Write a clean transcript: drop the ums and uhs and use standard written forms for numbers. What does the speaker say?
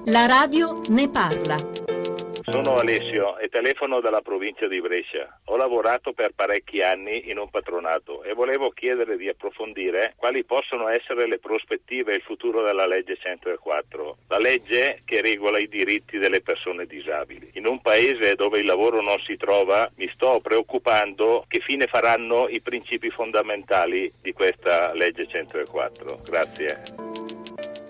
La radio ne parla. Sono Alessio e telefono dalla provincia di Brescia. Ho lavorato per parecchi anni in un patronato e volevo chiedere di approfondire quali possono essere le prospettive e il futuro della legge 104, la legge che regola i diritti delle persone disabili. In un paese dove il lavoro non si trova, mi sto preoccupando che fine faranno i principi fondamentali di questa legge 104. Grazie.